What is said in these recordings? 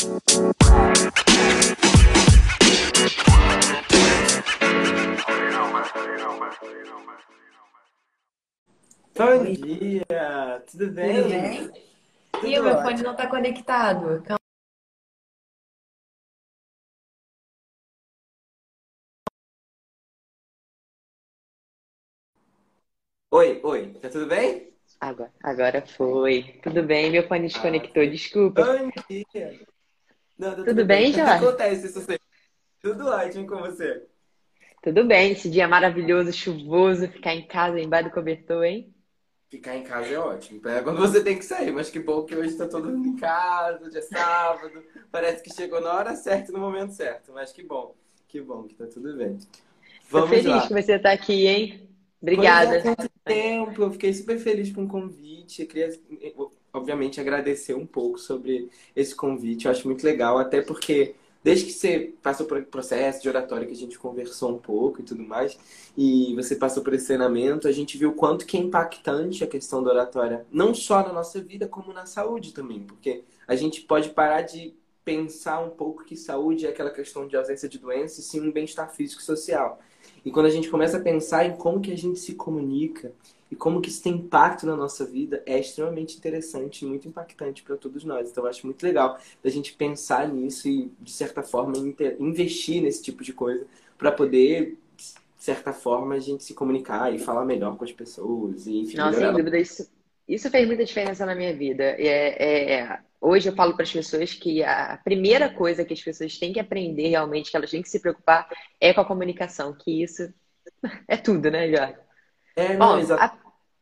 Bom Oi, dia, tudo tudo bem? bem? E o Tudo meu fone ótimo. não está conectado. Oi, tá tudo bem? Agora foi. Tudo bem, meu fone Ah, desconectou, desculpa. bom dia. Não, tá Tudo tudo bem. bem, Jorge? Acontece isso sempre. Tudo ótimo com você. Tudo bem, esse dia maravilhoso, chuvoso, ficar em casa embaixo do cobertor, hein? Ficar em casa é ótimo. É quando você tem que sair, mas que bom que hoje tá todo mundo em casa, hoje é sábado. Parece que chegou na hora certa e no momento certo, mas que bom que tá tudo bem. Tô Vamos feliz que lá. você está aqui, hein? Pois é, Obrigada. quanto tempo! Eu fiquei super feliz com o convite. Eu queria, obviamente, agradecer um pouco sobre esse convite. Eu acho muito legal, até porque desde que você passou por processo de oratória, que a gente conversou um pouco e tudo mais, e você passou por esse treinamento, a gente viu o quanto que é impactante a questão da oratória, não só na nossa vida, como na saúde também, porque a gente pode parar de pensar um pouco que saúde é aquela questão de ausência de doença e sim um bem-estar físico e social. E quando a gente começa a pensar em como que a gente se comunica e como que isso tem impacto na nossa vida, é extremamente interessante e muito impactante para todos nós. Então, eu acho muito legal a gente pensar nisso e, de certa forma, investir nesse tipo de coisa para poder, de certa forma, a gente se comunicar e falar melhor com as pessoas e, enfim, Não, melhorar. sem dúvida, isso fez muita diferença na minha vida. Hoje eu falo para as pessoas que a primeira coisa que as pessoas têm que aprender realmente, que elas têm que se preocupar, é com a comunicação, que isso é tudo, né, Jorge? É, não, Bom, exato.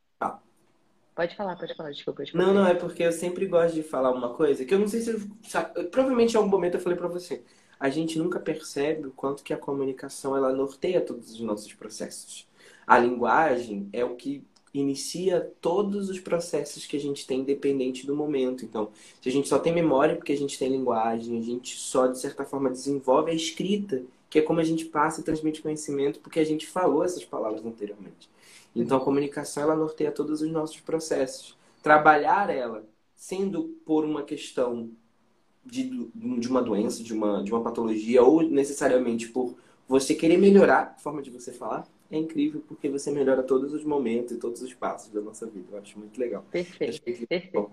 pode falar, desculpa, eu te Não, cortei. é porque eu sempre gosto de falar uma coisa que eu não sei se provavelmente em algum momento eu falei pra você. A gente nunca percebe o quanto que a comunicação ela norteia todos os nossos processos. A linguagem é o que inicia todos os processos que a gente tem independente do momento. Então, se a gente só tem memória porque a gente tem linguagem, a gente só de certa forma desenvolve a escrita, que é como a gente passa e transmite conhecimento porque a gente falou essas palavras anteriormente. Então, a comunicação ela norteia todos os nossos processos. Trabalhar ela, sendo por uma questão de uma doença, de uma patologia, ou necessariamente por você querer melhorar a forma de você falar, é incrível porque você melhora todos os momentos e todos os passos da nossa vida. Eu acho muito legal. Eu acho Perfeito, muito bom. perfeito.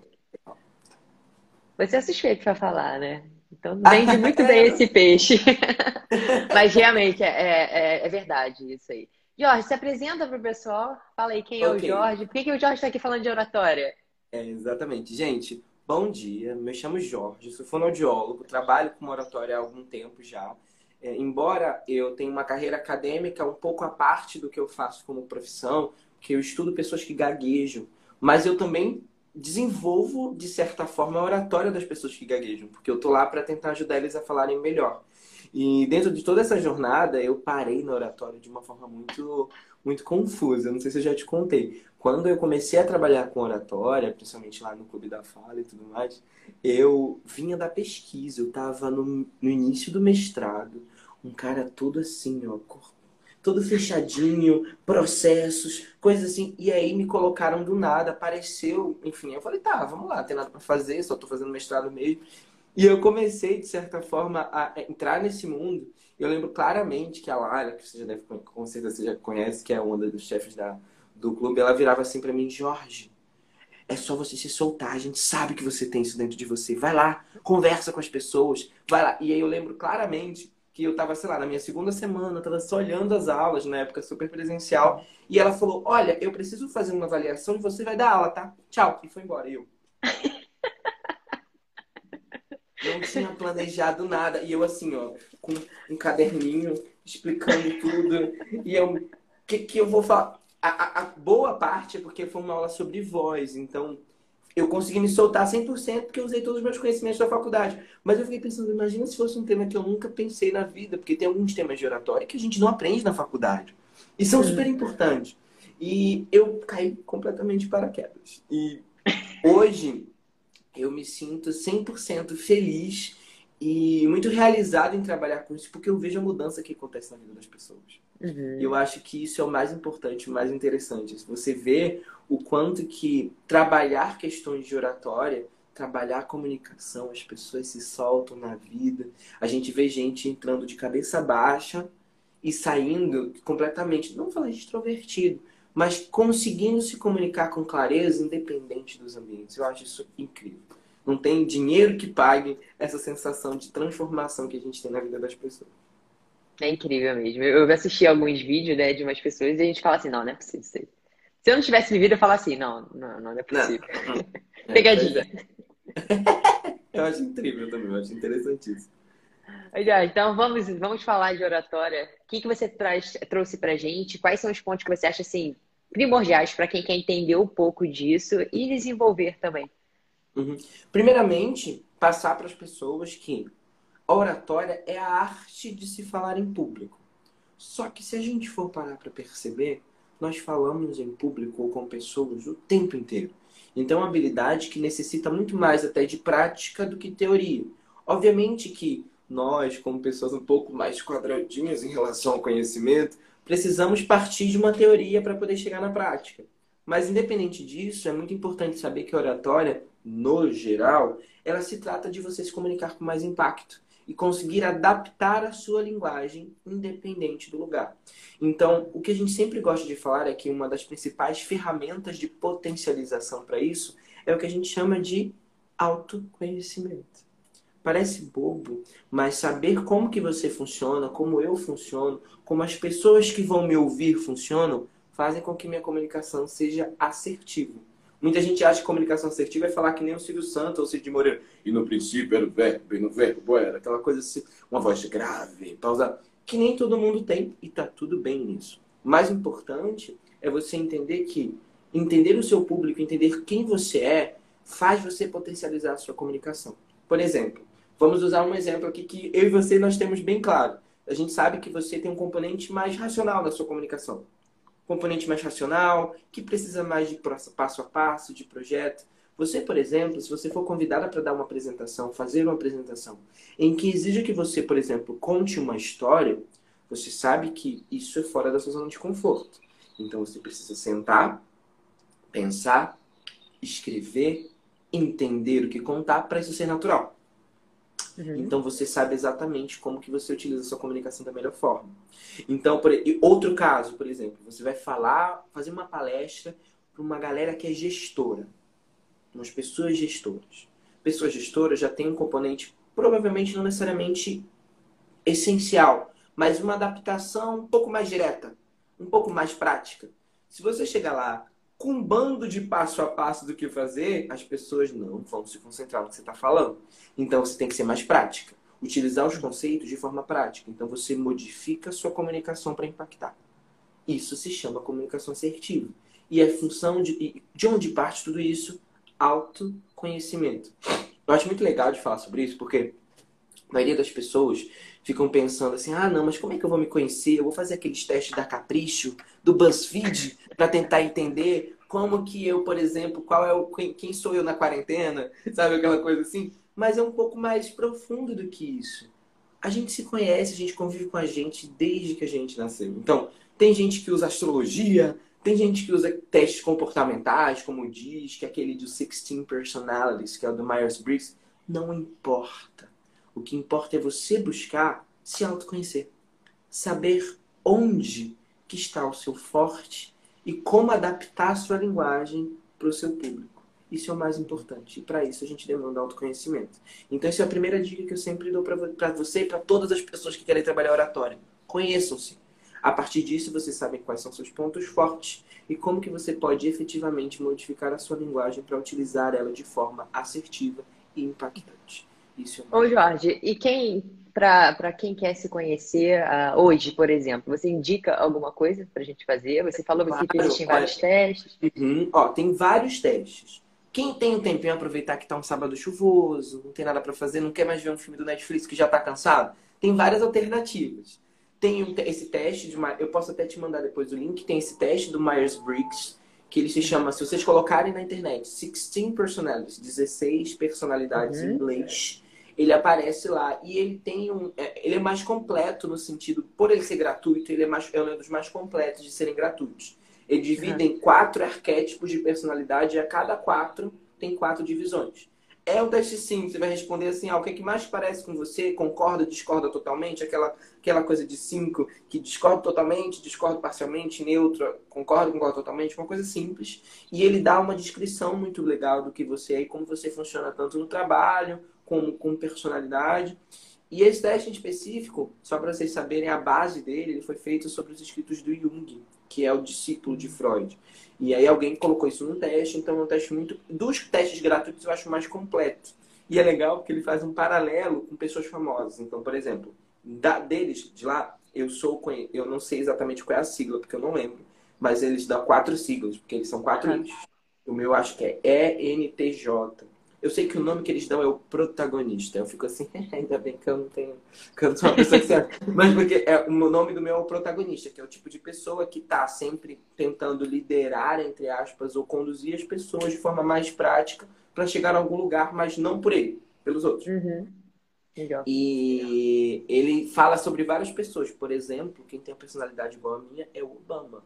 Você é suspeito para falar, né? Então vende muito bem esse peixe. Mas realmente é verdade isso aí. Jorge, se apresenta para o pessoal. Fala aí quem é o Ok, Jorge. Por que o Jorge está aqui falando de oratória? exatamente. Gente, bom dia. Me chamo Jorge, sou fonoaudiólogo, trabalho com oratória há algum tempo já. Embora eu tenha uma carreira acadêmica um pouco à parte do que eu faço como profissão, que eu estudo pessoas que gaguejam, mas eu também desenvolvo, de certa forma, a oratória das pessoas que gaguejam, porque eu tô lá para tentar ajudar eles a falarem melhor. E dentro de toda essa jornada, eu parei na oratória de uma forma muito confusa. Não sei se eu já te contei. Quando eu comecei a trabalhar com oratória, principalmente lá no Clube da Fala e tudo mais, eu vinha da pesquisa, eu estava no início do mestrado, um cara todo assim, ó, todo fechadinho, processos, coisas assim, e aí me colocaram do nada, apareceu, enfim, eu falei, tá, vamos lá, tem nada para fazer, só tô fazendo mestrado mesmo. E eu comecei, de certa forma, a entrar nesse mundo. Eu lembro claramente que a Lara, que você já deve, com certeza você já conhece, que é uma dos chefes do clube, ela virava assim pra mim, Jorge, é só você se soltar, a gente sabe que você tem isso dentro de você. Vai lá, conversa com as pessoas, vai lá. E aí eu lembro claramente que eu tava, sei lá, na minha segunda semana, eu tava só olhando as aulas, na época super presencial, e ela falou, olha, eu preciso fazer uma avaliação e você vai dar aula, tá? Tchau. E foi embora. E eu, não tinha planejado nada. E eu assim, ó, com um caderninho explicando tudo. E eu, o que eu vou falar? A boa parte é porque foi uma aula sobre voz. Então, eu consegui me soltar 100% porque eu usei todos os meus conhecimentos da faculdade. Mas eu fiquei pensando, imagina se fosse um tema que eu nunca pensei na vida. Porque tem alguns temas de oratória que a gente não aprende na faculdade. E são super Hum. importantes. E eu caí completamente de paraquedas. E hoje eu me sinto 100% feliz e muito realizado em trabalhar com isso, porque eu vejo a mudança que acontece na vida das pessoas. E eu Uhum. acho que isso é o mais importante, o mais interessante. Se você vê o quanto que trabalhar questões de oratória trabalhar a comunicação, as pessoas se soltam na vida. A gente vê gente entrando de cabeça baixa e saindo completamente, não vou falar de extrovertido, mas conseguindo se comunicar com clareza, independente dos ambientes. Eu acho isso incrível. Não tem dinheiro que pague essa sensação de transformação que a gente tem na vida das pessoas. É incrível mesmo. Eu assisti alguns vídeos, né, de umas pessoas e a gente fala assim, não, não é possível isso aí. Se eu não tivesse vivido, eu falar assim, não, não, não é Não. possível. Pois Pegadinha. é. Eu acho incrível também, eu acho interessantíssimo. Já, então vamos falar de oratória. O que que você trouxe pra gente? Quais são os pontos que você acha assim primordiais para quem quer entender um pouco disso e desenvolver também? Uhum. Primeiramente, passar para as pessoas que a oratória é a arte de se falar em público. Só que se a gente for parar para perceber, nós falamos em público ou com pessoas o tempo inteiro. Então, é uma habilidade que necessita muito mais até de prática do que teoria. Obviamente que nós, como pessoas um pouco mais quadradinhas em relação ao conhecimento, precisamos partir de uma teoria para poder chegar na prática. Mas, independente disso, é muito importante saber que a oratória, no geral, ela se trata de você se comunicar com mais impacto e conseguir adaptar a sua linguagem independente do lugar. Então, o que a gente sempre gosta de falar é que uma das principais ferramentas de potencialização para isso é o que a gente chama de autoconhecimento. Parece bobo, mas saber como que você funciona, como eu funciono, como as pessoas que vão me ouvir funcionam, fazem com que minha comunicação seja assertiva. Muita gente acha que comunicação assertiva é falar que nem o Silvio Santos ou o Cid Moreira. E no princípio era o verbo, e no verbo era aquela coisa assim, uma voz grave, pausada, que nem todo mundo tem e tá tudo bem nisso. O mais importante é você entender que entender o seu público, entender quem você é, faz você potencializar a sua comunicação. Por exemplo, vamos usar um exemplo aqui que eu e você nós temos bem claro. A gente sabe que você tem um componente mais racional na sua comunicação. Componente mais racional, que precisa mais de passo a passo, de projeto. Você, por exemplo, se você for convidada para dar uma apresentação, fazer uma apresentação, em que exija que você, por exemplo, conte uma história, você sabe que isso é fora da sua zona de conforto. Então você precisa sentar, pensar, escrever, entender o que contar para isso ser natural. Uhum. Então você sabe exatamente como que você utiliza a sua comunicação da melhor forma. Então, outro caso, por exemplo, você vai fazer uma palestra para uma galera que é gestora, umas pessoas gestoras. Pessoas gestoras já tem um componente, provavelmente não necessariamente essencial, mas uma adaptação um pouco mais direta, um pouco mais prática. Se você chegar lá com um bando de passo a passo do que fazer, as pessoas não vão se concentrar no que você está falando. Então você tem que ser mais prática. Utilizar os conceitos de forma prática. Então você modifica a sua comunicação para impactar. Isso se chama comunicação assertiva. E é função de onde parte tudo isso? Autoconhecimento. Eu acho muito legal de falar sobre isso, porque a maioria das pessoas ficam pensando assim, ah, não, mas como é que eu vou me conhecer? Eu vou fazer aqueles testes da Capricho, do BuzzFeed, para tentar entender como que eu, por exemplo, quem sou eu na quarentena, sabe aquela coisa assim? Mas é um pouco mais profundo do que isso. A gente se conhece, a gente convive com a gente desde que a gente nasceu. Então, tem gente que usa astrologia, tem gente que usa testes comportamentais, como diz, que é aquele do 16 Personalities, que é o do Myers-Briggs. Não importa. O que importa é você buscar se autoconhecer. Saber onde que está o seu forte e como adaptar a sua linguagem para o seu público. Isso é o mais importante. E para isso a gente demanda autoconhecimento. Então essa é a primeira dica que eu sempre dou para você e para todas as pessoas que querem trabalhar oratória. Conheçam-se. A partir disso você sabe quais são seus pontos fortes e como que você pode efetivamente modificar a sua linguagem para utilizar ela de forma assertiva e impactante. Isso é o Ô, mais importante. Jorge, e para quem quer se conhecer hoje, por exemplo, você indica alguma coisa para a gente fazer? Você falou aqui que Claro, existem olha, vários testes. Ó, tem vários testes. Quem tem um tempinho aproveitar que tá um sábado chuvoso, não tem nada pra fazer, não quer mais ver um filme do Netflix que já tá cansado, tem várias alternativas. Tem esse teste eu posso até te mandar depois o link, tem esse teste do Myers-Briggs, que ele se chama, se vocês colocarem na internet, 16 personalities, 16 personalidades em Uhum, inglês, ele aparece lá e ele é mais completo no sentido, por ele ser gratuito, é um dos mais completos de serem gratuitos. Ele divide uhum, em 4 arquétipos de personalidade e a cada 4 tem 4 divisões. É um teste sim, você vai responder assim, o que é que mais parece com você? Concorda, discorda totalmente? Aquela coisa de 5 que discorda totalmente, discorda parcialmente, neutro, concorda, concorda totalmente, uma coisa simples. E ele dá uma descrição muito legal do que você é e como você funciona tanto no trabalho, como com personalidade. E esse teste em específico, só para vocês saberem, a base dele ele foi feito sobre os escritos do Jung, que é o discípulo de Freud. E aí alguém colocou isso no teste, então é um teste muito... Dos testes gratuitos eu acho mais completo. E é legal porque ele faz um paralelo com pessoas famosas. Então, por exemplo, deles, de lá, eu não sei exatamente qual é a sigla, porque eu não lembro. Mas eles dão 4 siglas, porque eles são 4 eixos. O meu acho que é ENTJ. Eu sei que o nome que eles dão é o protagonista. Eu fico assim, ainda bem que eu não tenho. Que eu não sou uma pessoa que serve. Mas porque o nome do meu é o protagonista, que é o tipo de pessoa que está sempre tentando liderar, entre aspas, ou conduzir as pessoas de forma mais prática para chegar a algum lugar, mas não por ele, pelos outros. Uhum. Legal. E ele fala sobre várias pessoas. Por exemplo, quem tem uma personalidade igual a minha é o Obama.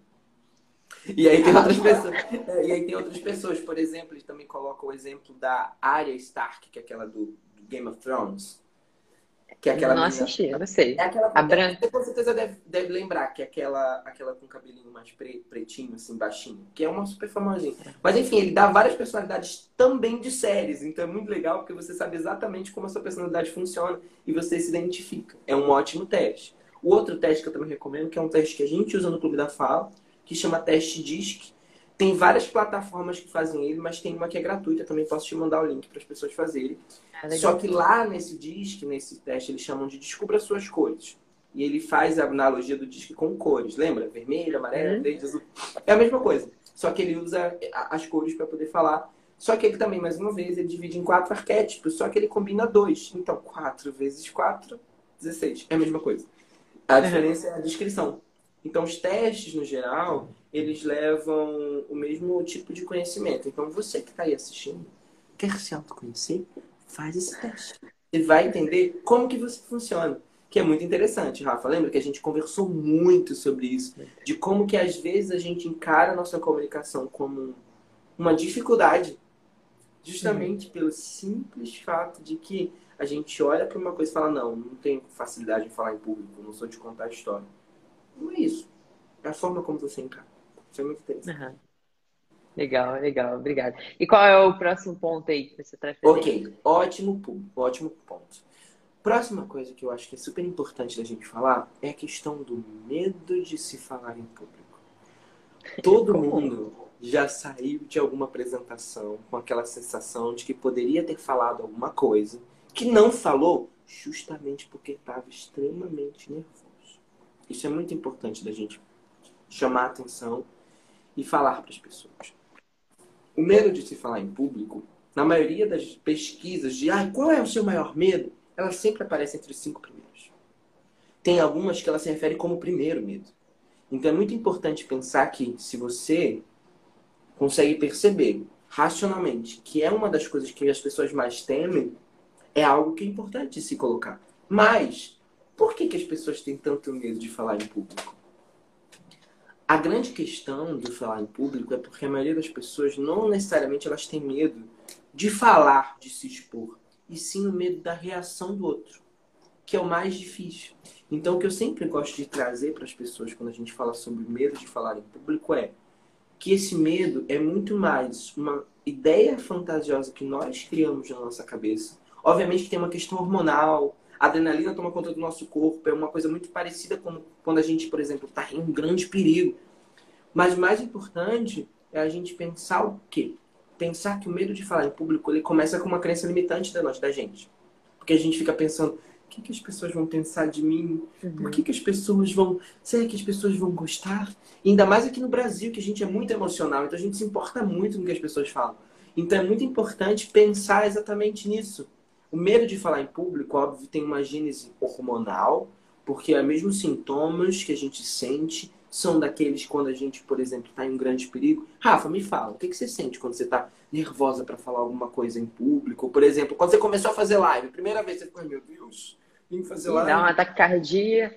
E aí tem outras pessoas. E aí tem outras pessoas, por exemplo, eles também colocam o exemplo da Arya Stark, que é aquela do Game of Thrones. Que é aquela Não menina. assisti, eu não sei. É aquela. A Branca. Você com certeza deve lembrar, que é aquela com cabelinho mais pretinho, assim, baixinho. Que é uma super famosinha. Mas enfim, ele dá várias personalidades também de séries. Então é muito legal porque você sabe exatamente como a sua personalidade funciona e você se identifica. É um ótimo teste. O outro teste que eu também recomendo, que é um teste que a gente usa no Clube da Fala, que chama teste DISC. Tem várias plataformas que fazem ele, mas tem uma que é gratuita. Também posso te mandar o link para as pessoas fazerem. Só que lá nesse DISC, nesse teste, eles chamam de Descubra Suas Cores. E ele faz a analogia do DISC com cores. Lembra? Vermelho, amarelo, verde, azul. É a mesma coisa. Só que ele usa as cores para poder falar. Só que ele também, mais uma vez, ele divide em 4 arquétipos. Só que ele combina 2. Então, 4 vezes 4, 16. É a mesma coisa. A diferença é a descrição. Então, os testes, no geral, eles levam o mesmo tipo de conhecimento. Então, você que está aí assistindo, quer se autoconhecer? Faz esse teste. Você vai entender como que você funciona. Que é muito interessante, Rafa. Lembra que a gente conversou muito sobre isso? De como que, às vezes, a gente encara a nossa comunicação como uma dificuldade. Justamente pelo simples fato de que a gente olha para uma coisa e fala, não tenho facilidade de falar em público, não sou de contar história. Não é isso. É a forma como você encara. Isso é muito interessante. Uhum. Legal, legal, obrigada. E qual é o próximo ponto aí que você traz pra gente? Ok, ótimo ponto. Próxima coisa que eu acho que é super importante da gente falar é a questão do medo de se falar em público. Todo Comum. mundo já saiu de alguma apresentação com aquela sensação de que poderia ter falado alguma coisa que não falou justamente porque estava extremamente nervoso. Isso é muito importante da gente chamar a atenção e falar para as pessoas. O medo de se falar em público, na maioria das pesquisas de qual é o seu maior medo, ela sempre aparece entre os 5 primeiros. Tem algumas que ela se refere como primeiro medo. Então é muito importante pensar que se você consegue perceber racionalmente que é uma das coisas que as pessoas mais temem, é algo que é importante se colocar. Mas, por que as pessoas têm tanto medo de falar em público? A grande questão de falar em público é porque a maioria das pessoas não necessariamente elas têm medo de falar, de se expor, e sim o medo da reação do outro, que é o mais difícil. Então, o que eu sempre gosto de trazer para as pessoas quando a gente fala sobre medo de falar em público é que esse medo é muito mais uma ideia fantasiosa que nós criamos na nossa cabeça. Obviamente que tem uma questão hormonal, a adrenalina toma conta do nosso corpo, é uma coisa muito parecida com quando a gente, por exemplo, está em um grande perigo. Mas o mais importante é a gente pensar o quê? Pensar que o medo de falar em público ele começa com uma crença limitante da gente. Porque a gente fica pensando, o que as pessoas vão pensar de mim? Por que as pessoas vão... Será que as pessoas vão gostar? E ainda mais aqui no Brasil, que a gente é muito emocional. Então a gente se importa muito com o que as pessoas falam. Então é muito importante pensar exatamente nisso. O medo de falar em público, óbvio, tem uma gênese hormonal, porque é mesmo sintomas que a gente sente são daqueles quando a gente, por exemplo, está em um grande perigo. Rafa, me fala, o que você sente quando você está nervosa para falar alguma coisa em público? Por exemplo, quando você começou a fazer live, primeira vez você ficou, meu Deus, vim fazer E dá um live. ataque cardíaco.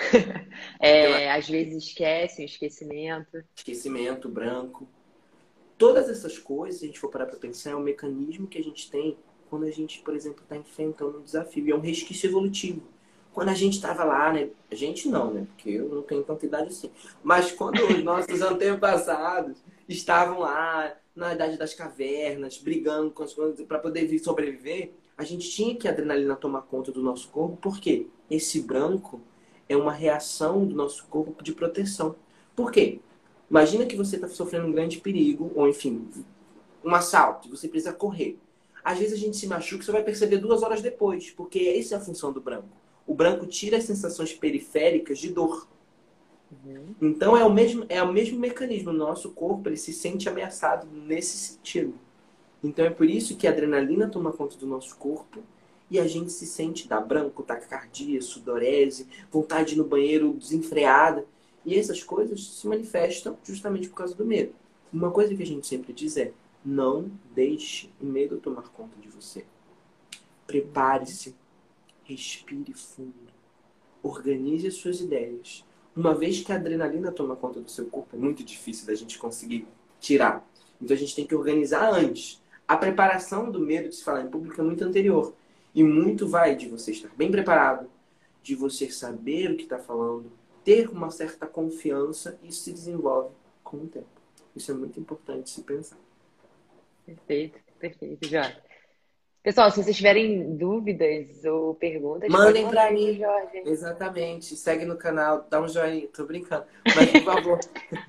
Aquela Às vezes esquece, um esquecimento. esquecimento, branco. Todas essas coisas, se a gente for parar para pensar, é um mecanismo que a gente tem quando a gente, por exemplo, está enfrentando um desafio. E é um resquício evolutivo. Quando a gente estava lá, né? A gente não, né? Porque eu não tenho tanta idade assim. Mas quando os nossos antepassados estavam lá na idade das cavernas, brigando com as coisas para poder sobreviver, a gente tinha que a adrenalina tomar conta do nosso corpo. Por quê? Esse branco é uma reação do nosso corpo de proteção. Por quê? Imagina que você está sofrendo um grande perigo, ou enfim, um assalto, e você precisa correr. Às vezes a gente se machuca e você vai perceber 2 horas depois, porque essa é a função do branco. O branco tira as sensações periféricas de dor. Uhum. Então é o mesmo mecanismo. O nosso corpo ele se sente ameaçado nesse sentido. Então é por isso que a adrenalina toma conta do nosso corpo e a gente se sente dá branco, taquicardia, sudorese, vontade de ir no banheiro desenfreada. E essas coisas se manifestam justamente por causa do medo. Uma coisa que a gente sempre diz é: não deixe o medo tomar conta de você. Prepare-se, respire fundo, organize as suas ideias. Uma vez que a adrenalina toma conta do seu corpo, é muito difícil da gente conseguir tirar. Então a gente tem que organizar antes. A preparação do medo de se falar em público é muito anterior. E muito vai de você estar bem preparado, de você saber o que está falando, ter uma certa confiança, e isso se desenvolve com o tempo. Isso é muito importante se pensar. Perfeito, perfeito, Jorge. Pessoal, se vocês tiverem dúvidas ou perguntas, pode Mandem mandar pra aí pro mim. Jorge. Exatamente. Segue no canal, dá um joinha. Tô brincando. Mas, por favor,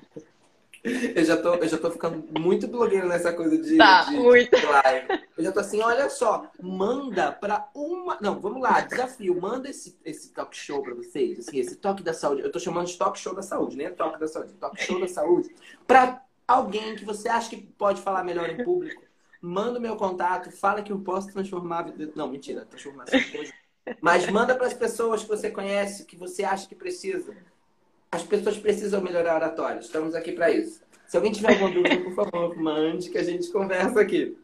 eu já tô ficando muito blogueiro nessa coisa Tá, de muito. live. Eu já tô assim, olha só, manda pra uma. Não, vamos lá, desafio. Manda esse talk show pra vocês, assim, esse toque da saúde. Eu tô chamando de talk show da saúde, nem é toque da saúde, talk show da saúde. Pra alguém que você acha que pode falar melhor em público, manda o meu contato, fala que eu posso transformar. Não, mentira, transformação. Mas manda para as pessoas que você conhece, que você acha que precisa. As pessoas precisam melhorar a oratória. Estamos aqui para isso. Se alguém tiver alguma dúvida, por favor, mande que a gente conversa aqui.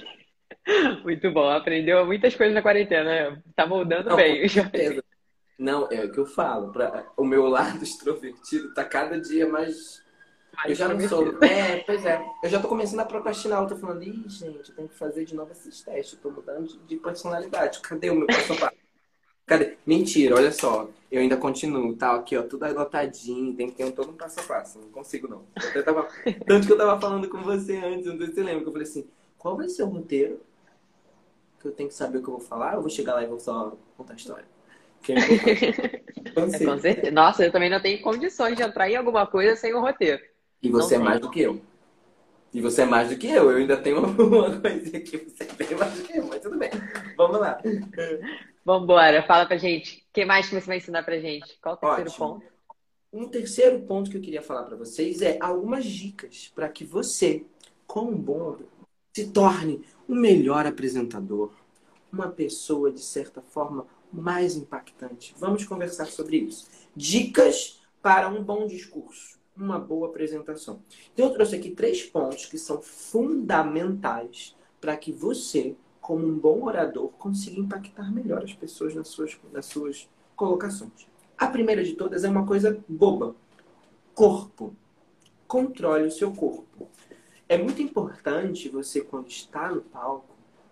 Muito bom, aprendeu muitas coisas na quarentena, né? Tá moldando Não, com bem, Jorge. certeza. Não, é o que eu falo. O meu lado extrovertido está cada dia mais. Mais Eu já não extrovertido. sou. É, pois é. Eu já tô começando a procrastinar. Eu tô falando, ih, gente, eu tenho que fazer de novo esses testes. Eu tô mudando de personalidade. Cadê o meu passo a passo? Cadê? Mentira, olha só. Eu ainda continuo, tá? Aqui, ó, tudo anotadinho. Tem que ter todo um passo a passo. Não consigo, não. Eu até tava... Tanto que eu tava falando com você antes, não sei se você lembra, que eu falei assim, qual vai ser o roteiro? Que eu tenho que saber o que eu vou falar, ou eu vou chegar lá e vou só contar a história? Que é importante. Então, É, com assim, certeza. Nossa, eu também não tenho condições de entrar em alguma coisa sem o roteiro. e Não você é mais tem. do que eu. E você é mais do que eu. Eu ainda tenho uma coisinha aqui. Você é bem mais do que eu, mas tudo bem. Vamos lá. Vambora, fala pra gente. O que mais que você vai ensinar pra gente? Qual o terceiro Ótimo. ponto? Um terceiro ponto que eu queria falar para vocês é algumas dicas para que você, como um bom, se torne um melhor apresentador, uma pessoa de certa forma mais impactante. Vamos conversar sobre isso. Dicas para um bom discurso, uma boa apresentação. Então eu trouxe aqui 3 pontos que são fundamentais para que você, como um bom orador, consiga impactar melhor as pessoas nas suas colocações. A primeira de todas é uma coisa boba. Corpo. Controle o seu corpo. É muito importante você, quando está no palco,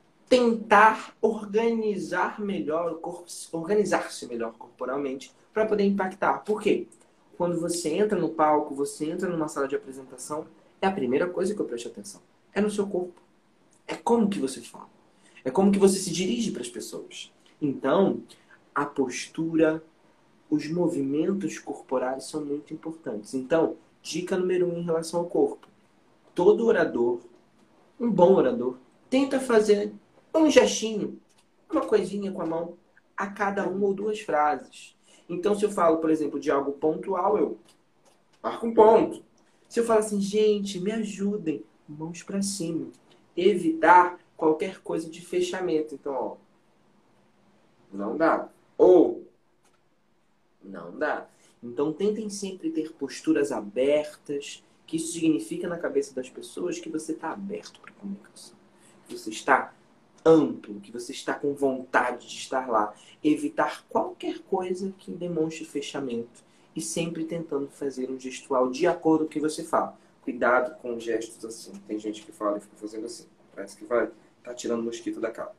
tentar organizar melhor o corpo, organizar-se melhor corporalmente para poder impactar. Por quê? Quando você entra no palco, você entra numa sala de apresentação, é a primeira coisa que eu presto atenção. É no seu corpo. É como que você fala. É como que você se dirige para as pessoas. Então, a postura, os movimentos corporais são muito importantes. Então, dica número 1 em relação ao corpo. Todo orador, um bom orador, tenta fazer um gestinho, uma coisinha com a mão a cada 1 ou 2 frases. Então, se eu falo, por exemplo, de algo pontual, eu marco um ponto. Se eu falo assim, gente, me ajudem, mãos para cima. Evitar qualquer coisa de fechamento. Então, ó, não dá. Ou não dá. Então, tentem sempre ter posturas abertas, que isso significa na cabeça das pessoas que você está aberto para a comunicação. Que você está amplo, que você está com vontade de estar lá. Evitar qualquer coisa que demonstre fechamento. E sempre tentando fazer um gestual de acordo com o que você fala. Cuidado com gestos assim. Tem gente que fala e fica fazendo assim. Parece que vai tá tirando o mosquito da cara.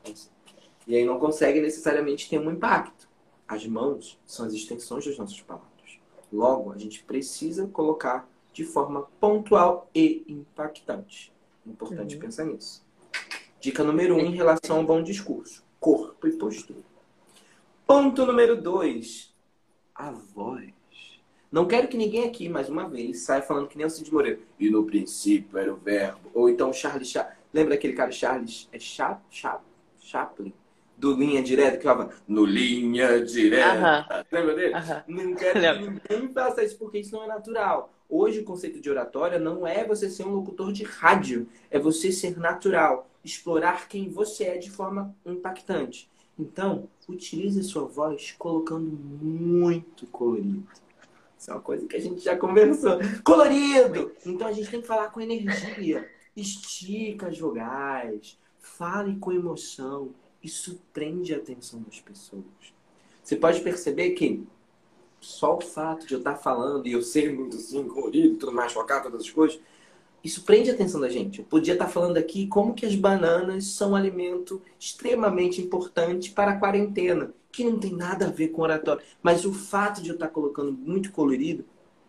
E aí não consegue necessariamente ter um impacto. As mãos são as extensões das nossas palavras. Logo, a gente precisa colocar de forma pontual e impactante. Importante pensar nisso. Dica número 1 em relação ao bom discurso. Corpo e postura. Ponto número 2. A voz. Não quero que ninguém aqui, mais uma vez, saia falando que nem o Cid Moreira. E no princípio era o verbo. Ou então Charles Chaplin. Lembra daquele cara Charles? Chaplin? Do Linha Direta, que falava no Linha Direta. Lembra dele? Não quero que ninguém faça isso, porque isso não é natural. Hoje o conceito de oratória não é você ser um locutor de rádio. É você ser natural. Explorar quem você é de forma impactante. Então, utilize a sua voz colocando muito colorido. Isso é uma coisa que a gente já conversou. Colorido! Então a gente tem que falar com energia. Estica as vogais. Fale com emoção. Isso prende a atenção das pessoas. Você pode perceber que só o fato de eu estar falando e eu ser muito assim, colorido, tudo mais, focar todas as coisas, isso prende a atenção da gente. Eu podia estar falando aqui como que as bananas são um alimento extremamente importante para a quarentena, que não tem nada a ver com oratório. Mas o fato de eu estar colocando muito colorido,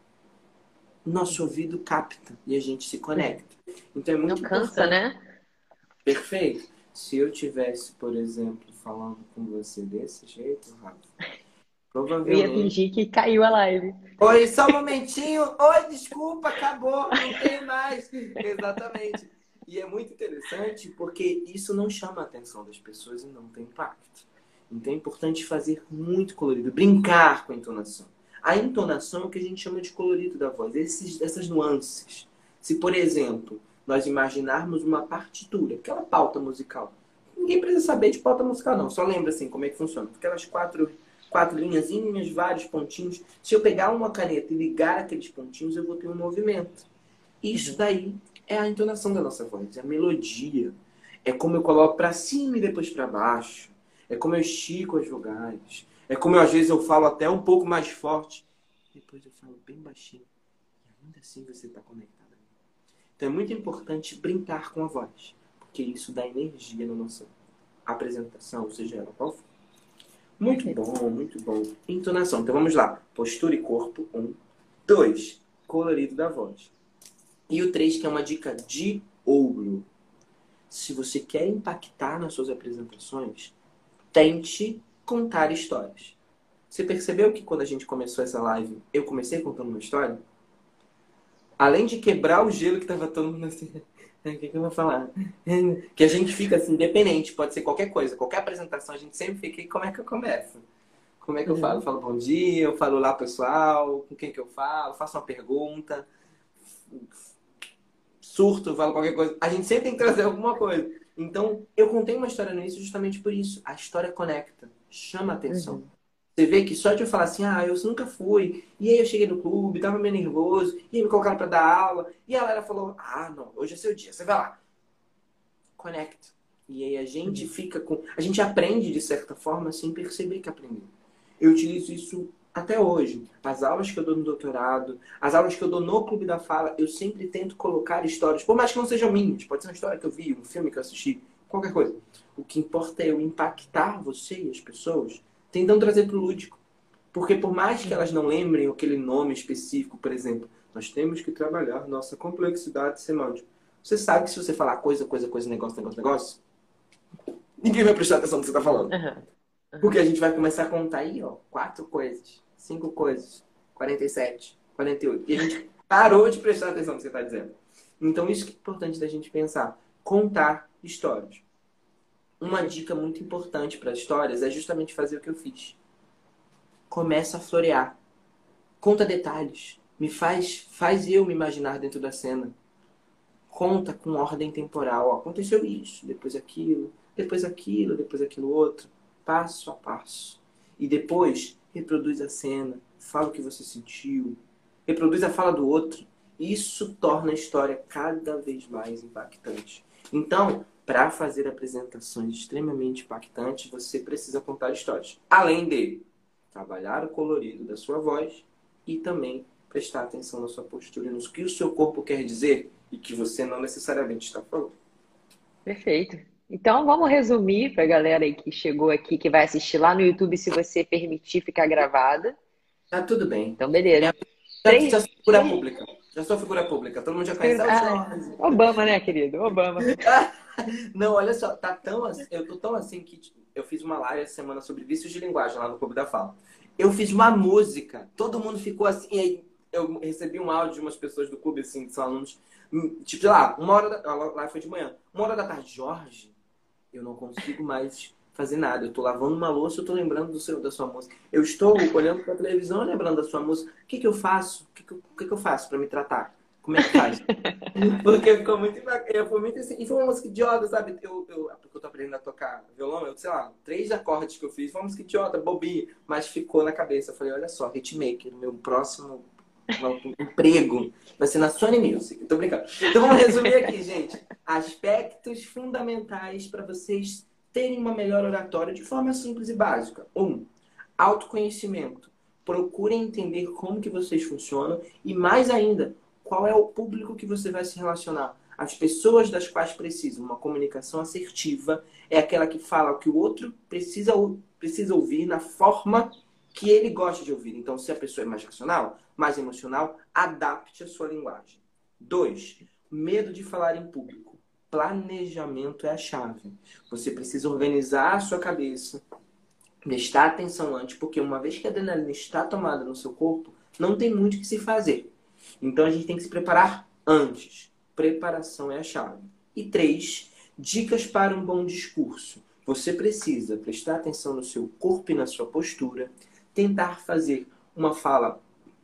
nosso ouvido capta e a gente se conecta. Então é muito importante. Não cansa, né? Perfeito. Se eu tivesse, por exemplo, falando com você desse jeito, Rafa, provavelmente... Eu ia fingir que caiu a live. Oi, só um momentinho. Oi, desculpa, acabou, não tem mais. Exatamente. E é muito interessante porque isso não chama a atenção das pessoas e não tem impacto. Então é importante fazer muito colorido, brincar com a entonação. A entonação é o que a gente chama de colorido da voz, essas nuances. Se, por exemplo, nós imaginarmos uma partitura, aquela pauta musical. Ninguém precisa saber de pauta musical, não. Só lembra assim como é que funciona. Aquelas quatro linhazinhas, vários pontinhos. Se eu pegar uma caneta e ligar aqueles pontinhos, eu vou ter um movimento. Isso daí é a entonação da nossa voz, é a melodia. É como eu coloco para cima e depois para baixo. É como eu estico as vogais. É como às vezes eu falo até um pouco mais forte. Depois eu falo bem baixinho. E ainda assim você está conectado. Então é muito importante brincar com a voz. Porque isso dá energia na nossa apresentação, seja ela qual for. Muito bom, muito bom. Entonação. Então vamos lá. Postura e corpo. 1. 2. Colorido da voz. E o 3, que é uma dica de ouro. Se você quer impactar nas suas apresentações, tente contar histórias. Você percebeu que quando a gente começou essa live, eu comecei contando uma história? Além de quebrar o gelo que estava todo mundo assim... O que eu vou falar? Que a gente fica assim, independente. Pode ser qualquer coisa. Qualquer apresentação, a gente sempre fica... E como é que eu começo? Como é que eu falo? Eu falo bom dia, eu falo lá pessoal, com quem que eu falo, faço uma pergunta, surto, falo qualquer coisa. A gente sempre tem que trazer alguma coisa. Então, eu contei uma história no início justamente por isso. A história conecta, chama a atenção. Você vê que só de eu falar assim, eu nunca fui, e aí eu cheguei no clube, tava meio nervoso, e aí me colocaram pra dar aula, e a galera falou, não, hoje é seu dia, você vai lá. Conecta. E aí a gente fica com... A gente aprende de certa forma sem perceber que aprendeu. Eu utilizo isso até hoje. As aulas que eu dou no doutorado, as aulas que eu dou no Clube da Fala, eu sempre tento colocar histórias, por mais que não sejam minhas, pode ser uma história que eu vi, um filme que eu assisti, qualquer coisa. O que importa é eu impactar você e as pessoas, tentando trazer para o lúdico. Porque por mais que elas não lembrem aquele nome específico, por exemplo, nós temos que trabalhar nossa complexidade semântica. Você sabe que se você falar coisa, negócio, ninguém vai prestar atenção no que você está falando. Porque a gente vai começar a contar aí, 4 coisas, 5 coisas, 47, 48. E a gente parou de prestar atenção no que você está dizendo. Então isso que é importante da gente pensar. Contar histórias. Uma dica muito importante para histórias é justamente fazer o que eu fiz. Começa a florear. Conta detalhes. Faz eu me imaginar dentro da cena. Conta com ordem temporal. Aconteceu isso, depois aquilo, depois aquilo, depois aquilo outro. Passo a passo. E depois, reproduz a cena. Fala o que você sentiu. Reproduz a fala do outro. Isso torna a história cada vez mais impactante. Então, para fazer apresentações extremamente impactantes, você precisa contar histórias. Além de trabalhar o colorido da sua voz e também prestar atenção na sua postura e no que o seu corpo quer dizer e que você não necessariamente está falando. Perfeito. Então, vamos resumir para a galera aí que chegou aqui, que vai assistir lá no YouTube, se você permitir ficar gravada. Tá tudo bem. Então, beleza. Já sou figura pública. Já sou figura pública. Todo mundo já conhece. Obama, né, querido? Obama. Não, olha só, tá tão assim, eu tô tão assim que eu fiz uma live essa semana sobre vícios de linguagem lá no Clube da Fala. Eu fiz uma música, todo mundo ficou assim, e aí eu recebi um áudio de umas pessoas do clube, assim, que são alunos, tipo, sei lá, a live foi de manhã, 1 hora da tarde, Jorge, eu não consigo mais fazer nada, eu tô lavando uma louça, eu tô lembrando da sua música, eu estou olhando pra televisão lembrando da sua música, o que que eu faço? O que que eu faço pra me tratar? Como é que faz? Porque ficou muito bacana. Foi muito assim. E foi uma música idiota, sabe? Porque eu tô aprendendo a tocar violão, sei lá, 3 acordes que eu fiz. Foi uma música idiota, bobinha. Mas ficou na cabeça. Eu falei, olha só, hitmaker, meu próximo emprego vai ser na Sony Music. Tô brincando. Então vamos resumir aqui, gente. Aspectos fundamentais para vocês terem uma melhor oratória de forma simples e básica. 1. Autoconhecimento. Procurem entender como que vocês funcionam. E mais ainda, qual é o público que você vai se relacionar? As pessoas das quais precisam. Uma comunicação assertiva é aquela que fala o que o outro precisa ouvir na forma que ele gosta de ouvir. Então, se a pessoa é mais racional, mais emocional, adapte a sua linguagem. 2. Medo de falar em público. Planejamento é a chave. Você precisa organizar a sua cabeça, prestar atenção antes, porque uma vez que a adrenalina está tomada no seu corpo, não tem muito o que se fazer. Então a gente tem que se preparar antes. Preparação é a chave. E 3, dicas para um bom discurso. Você precisa prestar atenção no seu corpo e na sua postura, tentar fazer uma fala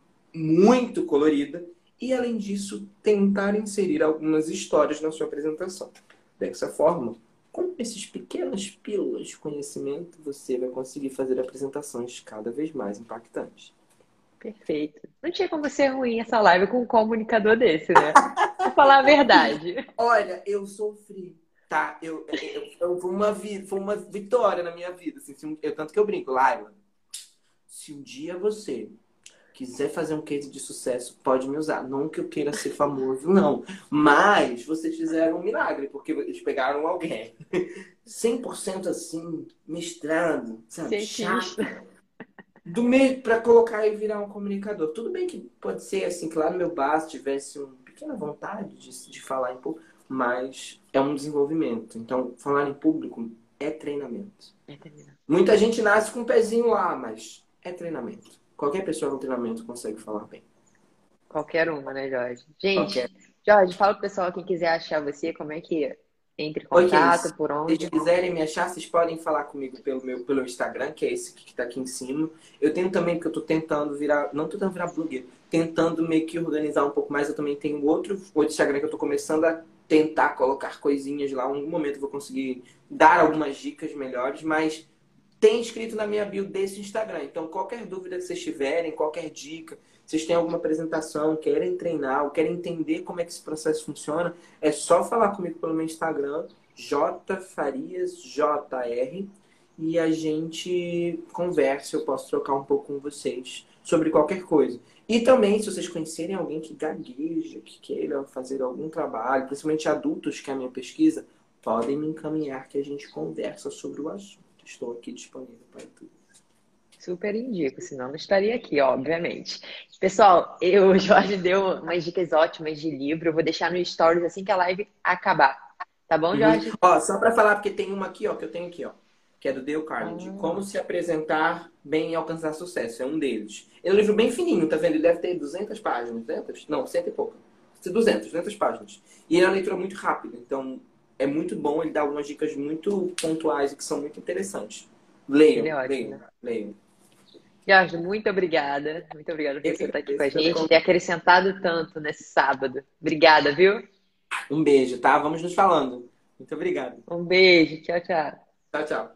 muito colorida e, além disso, tentar inserir algumas histórias na sua apresentação. Dessa forma, com esses pequenas pílulas de conhecimento, você vai conseguir fazer apresentações cada vez mais impactantes. Perfeito. Não tinha como ser ruim essa live com um comunicador desse, né? Vou falar a verdade. Olha, eu sofri, tá? Foi uma vitória na minha vida. Assim, tanto que eu brinco, Laila, se um dia você quiser fazer um case de sucesso, pode me usar. Não que eu queira ser famoso, não. Mas vocês fizeram um milagre, porque eles pegaram alguém 100% assim, mestrado, sabe? Chato. Do meio para colocar e virar um comunicador. Tudo bem que pode ser assim, que lá no meu bar tivesse uma pequena vontade de falar em público, mas é um desenvolvimento. Então, falar em público é treinamento. Muita gente nasce com um pezinho lá, mas é treinamento. Qualquer pessoa com treinamento consegue falar bem. Qualquer uma, né, Jorge? Gente, Jorge, fala pro pessoal quem quiser achar você, como é que entra em contato, por onde. Se quiserem me achar, vocês podem falar comigo pelo Instagram, que é esse que está aqui em cima. Eu tenho também, porque eu estou tentando virar, não estou tentando virar blogueiro, tentando meio que organizar um pouco mais. Eu também tenho outro Instagram que eu estou começando a tentar colocar coisinhas lá. Em algum momento eu vou conseguir dar algumas dicas melhores, mas tem escrito na minha bio desse Instagram. Então, qualquer dúvida que vocês tiverem, qualquer dica, vocês têm alguma apresentação, querem treinar, ou querem entender como é que esse processo funciona, é só falar comigo pelo meu Instagram, jfariasjr, e a gente conversa, eu posso trocar um pouco com vocês sobre qualquer coisa. E também, se vocês conhecerem alguém que gagueja, que queira fazer algum trabalho, principalmente adultos, que é a minha pesquisa, podem me encaminhar que a gente conversa sobre o assunto. Estou aqui disponível para tudo. Super indico, senão não estaria aqui, obviamente. Pessoal, o Jorge deu umas dicas ótimas de livro. Eu vou deixar no Stories assim que a live acabar. Tá bom, Jorge? Ó, só para falar, porque tem uma aqui, ó, que eu tenho aqui, ó, que é do Dale Carnegie. Como se apresentar bem e alcançar sucesso. É um deles. É um livro bem fininho, tá vendo? Ele deve ter 200 páginas. 200? Não, 100 e pouco. 200 páginas. E ele é uma leitura muito rápida. Então, é muito bom. Ele dá algumas dicas muito pontuais e que são muito interessantes. Leiam, leiam. Jorge, muito obrigada. Muito obrigada por você estar aqui com a gente e ter acrescentado tanto nesse sábado. Obrigada, viu? Um beijo, tá? Vamos nos falando. Muito obrigado. Um beijo. Tchau, tchau. Tchau, tchau.